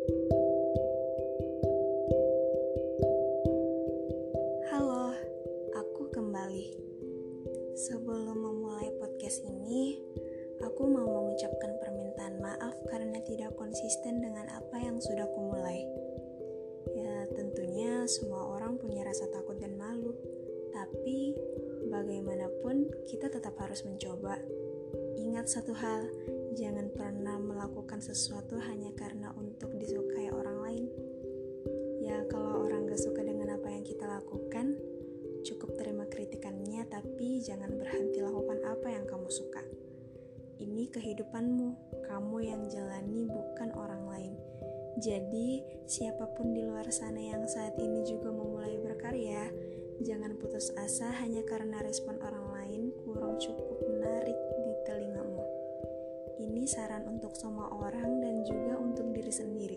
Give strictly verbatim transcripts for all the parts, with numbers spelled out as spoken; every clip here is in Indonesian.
Halo, aku kembali. Sebelum memulai podcast ini, aku mau mengucapkan permintaan maaf karena tidak konsisten dengan apa yang sudah kumulai. Ya, tentunya semua orang punya rasa takut dan malu, tapi bagaimanapun kita tetap harus mencoba. Ingat satu hal, jangan pernah melakukan sesuatu hanya karena untuk disukai orang lain. Ya, kalau orang gak suka dengan apa yang kita lakukan, cukup terima kritikannya, tapi jangan berhenti lakukan apa yang kamu suka. Ini kehidupanmu, kamu yang jalani, bukan orang lain. Jadi, siapapun di luar sana yang saat ini juga memulai berkarya, jangan putus asa hanya karena respon orang lain kurang cukup menarik di telingamu. Ini saran untuk semua orang dan juga untuk diri sendiri.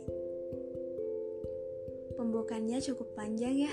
Pembukaannya cukup panjang ya.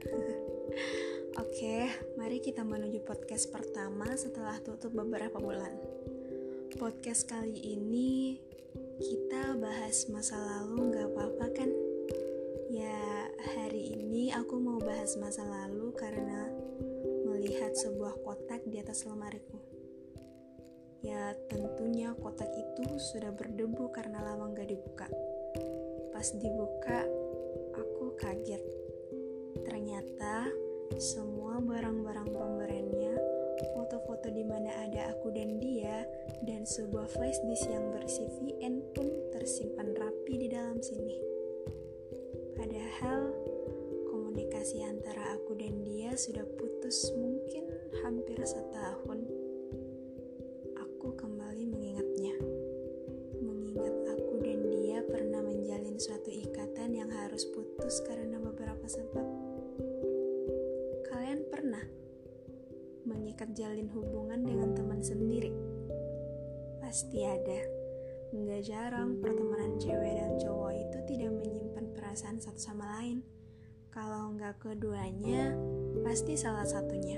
Oke, mari kita menuju podcast pertama setelah tutup beberapa bulan. Podcast kali ini kita bahas masa lalu, gak apa-apa kan? Ya, hari ini aku mau bahas masa lalu karena melihat sebuah kotak di atas lemariku. Ya, tentunya kotak itu sudah berdebu karena lama gak dibuka. Pas dibuka, aku kaget. Ternyata semua barang-barang pemberiannya, foto-foto di mana ada aku dan dia, dan sebuah flash disk yang berisi V N pun tersimpan rapi di dalam sini. Padahal komunikasi antara aku dan dia sudah putus mungkin hampir setahun. Aku kembali mengingatnya. Mengingat aku dan dia pernah menjalin suatu ikatan yang harus putus karena beberapa sebab. Kalian pernah mengikat jalin hubungan dengan teman sendiri? Pasti ada. Nggak jarang pertemanan cewek dan cowok itu tidak menyimpan perasaan satu sama lain. Kalau nggak keduanya, pasti salah satunya.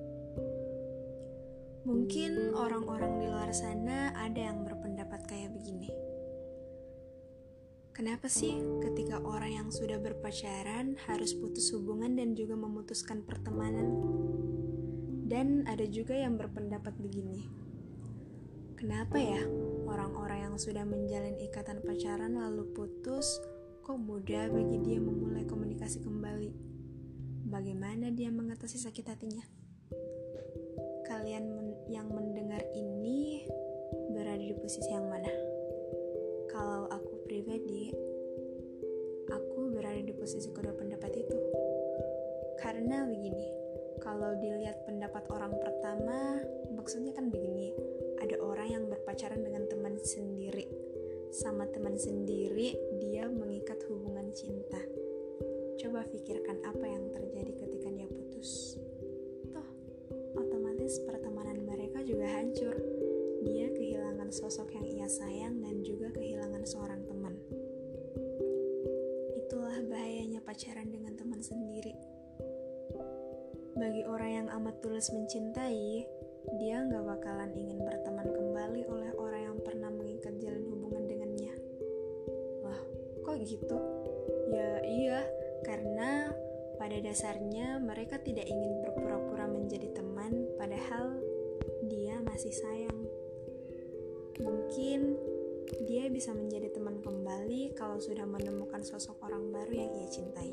Mungkin orang-orang di luar sana ada yang berpendapat kayak begini. Kenapa sih ketika orang yang sudah berpacaran harus putus hubungan dan juga memutuskan pertemanan? Dan ada juga yang berpendapat begini. Kenapa ya orang-orang yang sudah menjalin ikatan pacaran lalu putus, kok mudah bagi dia memulai komunikasi kembali? Bagaimana dia mengatasi sakit hatinya? Kalian men- yang mendengar ini berada di posisi yang mana? Kalau aku pribadi, aku berada di posisi kedua pendapat itu. Karena begini, kalau dilihat pendapat orang pertama, maksudnya kan begini, ada orang yang berpacaran dengan teman sendiri. Sama teman sendiri, dia mengikat hubungan cinta. Coba pikirkan apa yang terjadi ketika dia putus. Toh, otomatis pertemanan mereka juga hancur. Dia kehilangan sosok yang ia sayang dan juga kehilangan seorang teman. Itulah bahayanya pacaran dengan teman sendiri. Bagi orang yang amat tulus mencintai, dia gak bakalan ingin berteman kembali oleh orang yang pernah mengikat jalin hubungan dengannya. Wah, kok gitu? Ya iya, karena pada dasarnya mereka tidak ingin berpura-pura menjadi teman, padahal dia masih sayang. Mungkin dia bisa menjadi teman kembali kalau sudah menemukan sosok orang baru yang ia cintai.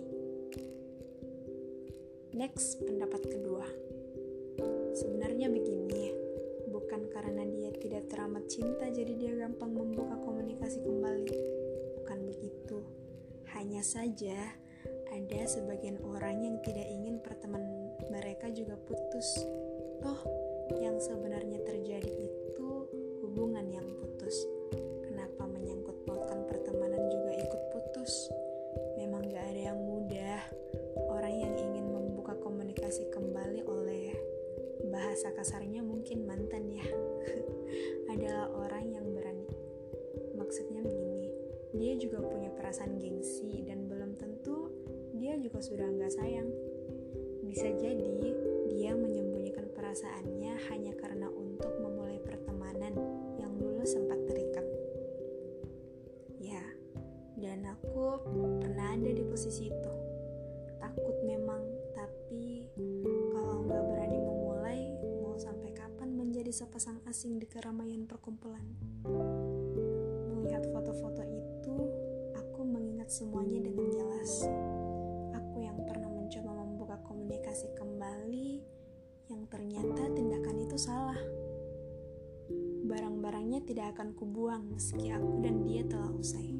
Next, pendapat kedua. Sebenarnya begini, bukan karena dia tidak teramat cinta jadi dia gampang membuka komunikasi kembali. Bukan begitu. Hanya saja ada sebagian orang yang tidak ingin pertemanan mereka juga putus. Toh, yang sebenarnya terjadi itu hubungan yang putus. Kenapa menyangkut pautkan pertemanan juga ikut putus? Memang gak ada yang mudah. Orang yang ingin membuka komunikasi kembali oleh bahasa kasarnya mungkin mantan ya adalah orang yang berani. Maksudnya begini, dia juga punya perasaan gengsi dan belum tentu dia juga sudah gak sayang. Bisa jadi dia menyembunyikan perasaannya hanya karena untuk memulai pertemanan yang dulu sempat terikat. Ya, Dan aku pernah ada di posisi itu. Takut memang, tapi kalau nggak berani memulai, mau sampai kapan menjadi sepasang asing di keramaian perkumpulan? Melihat foto-foto itu, aku mengingat semuanya dengan jelas. Aku yang pernah mencoba membuka komunikasi kembali, yang ternyata tindakan itu salah. Barang-barangnya tidak akan kubuang meski aku dan dia telah usai.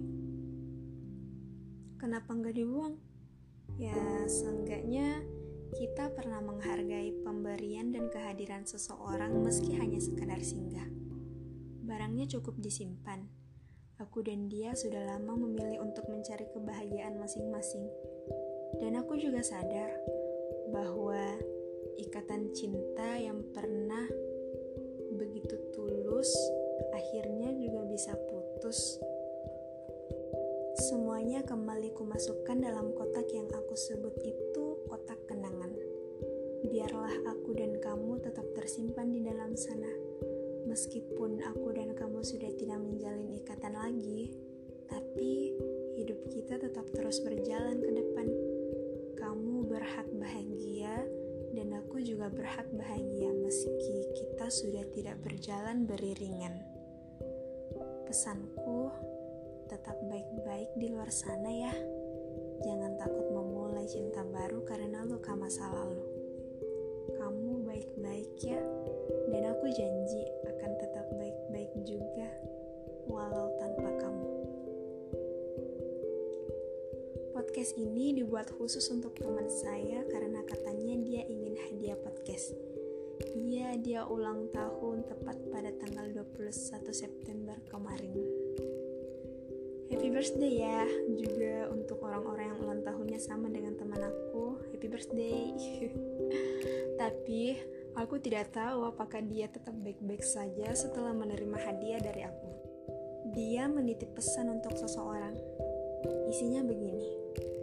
Kenapa nggak dibuang? Ya, seenggaknya kita pernah menghargai pemberian dan kehadiran seseorang meski hanya sekadar singgah. Barangnya cukup disimpan. Aku dan dia sudah lama memilih untuk mencari kebahagiaan masing-masing. Dan aku juga sadar bahwa ikatan cinta yang pernah begitu tulus akhirnya juga bisa putus. Semuanya kembali kumasukkan dalam kotak yang aku sebut itu kotak kenangan. Biarlah aku dan kamu tetap tersimpan di dalam sana. Meskipun aku dan kamu sudah tidak menjalin ikatan lagi, tapi hidup kita tetap terus berjalan ke depan. Kamu berhak bahagia dan aku juga berhak bahagia meski kita sudah tidak berjalan beriringan. Pesanku, tetap baik-baik di luar sana ya. Jangan takut memulai cinta baru karena luka masa lalu. Kamu baik-baik ya, dan aku janji akan tetap baik-baik juga walau tanpa kamu. Podcast ini dibuat khusus untuk teman saya karena katanya dia ingin hadiah podcast. Iya, dia ulang tahun tepat pada tanggal dua puluh satu September kemarin. Happy birthday ya, juga untuk orang-orang yang ulang tahunnya sama dengan teman aku. Happy birthday. Tapi aku tidak tahu apakah dia tetap baik-baik saja setelah menerima hadiah dari aku. Dia menitip pesan untuk seseorang. Isinya begini.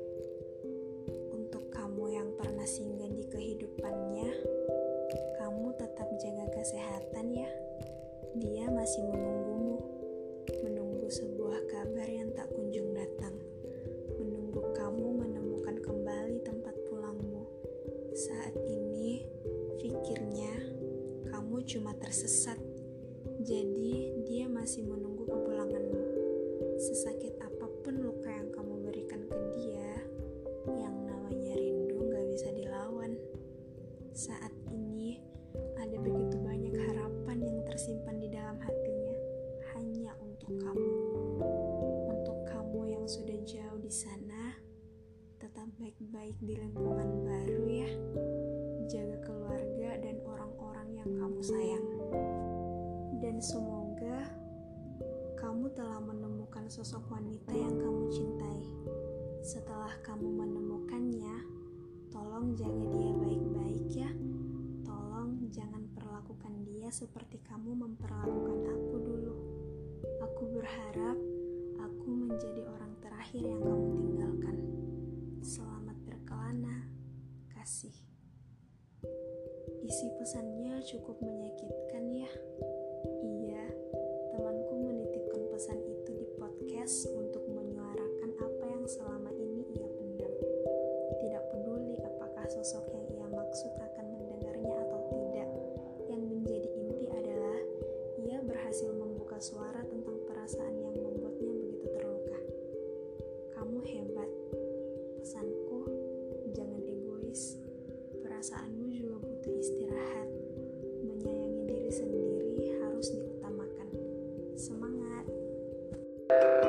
Untuk kamu yang pernah singgah di kehidupannya, kamu tetap jaga kesehatan ya. Dia masih menunggumu, menunggu sebuah kabar yang tak kunjung datang, menunggu kamu menemukan kembali tempat pulangmu. Saat ini, pikirnya kamu cuma tersesat, jadi dia masih menunggu kepulanganmu. Sesakit apapun luka yang kamu berikan ke dia, yang namanya rindu gak bisa dilawan. Saat ini, ada begitu banyak harapan yang tersimpan di dalam hatinya, hanya untuk kamu. Untuk kamu yang sudah jauh di sana, tetap baik-baik di lingkungan baru ya. Jaga keluarga dan orang-orang yang kamu sayang. Dan semoga kamu telah menemukan sosok wanita yang kamu cintai. Setelah kamu menemukannya, tolong jaga dia baik-baik ya. Tolong jangan perlakukan dia seperti kamu memperlakukan aku dulu. Aku berharap aku menjadi orang terakhir yang kamu tinggalkan. Selamat berkelana, kasih. Isi pesannya cukup menyakitkan ya. Iya, temanku menitipkan pesan itu di podcast untuk menyuarakan apa yang selama ini ia pendam. Tidak peduli apakah sosok yang ia maksud akan mendengarnya atau tidak. Yang menjadi inti adalah ia berhasil membuka suara tentang perasaan yang membuatnya begitu terluka. Kamu hebat. Pesanku, jangan egois. Perasaanmu juga butuh istirahat. Menyayangi diri sendiri harus diutamakan. Semangat!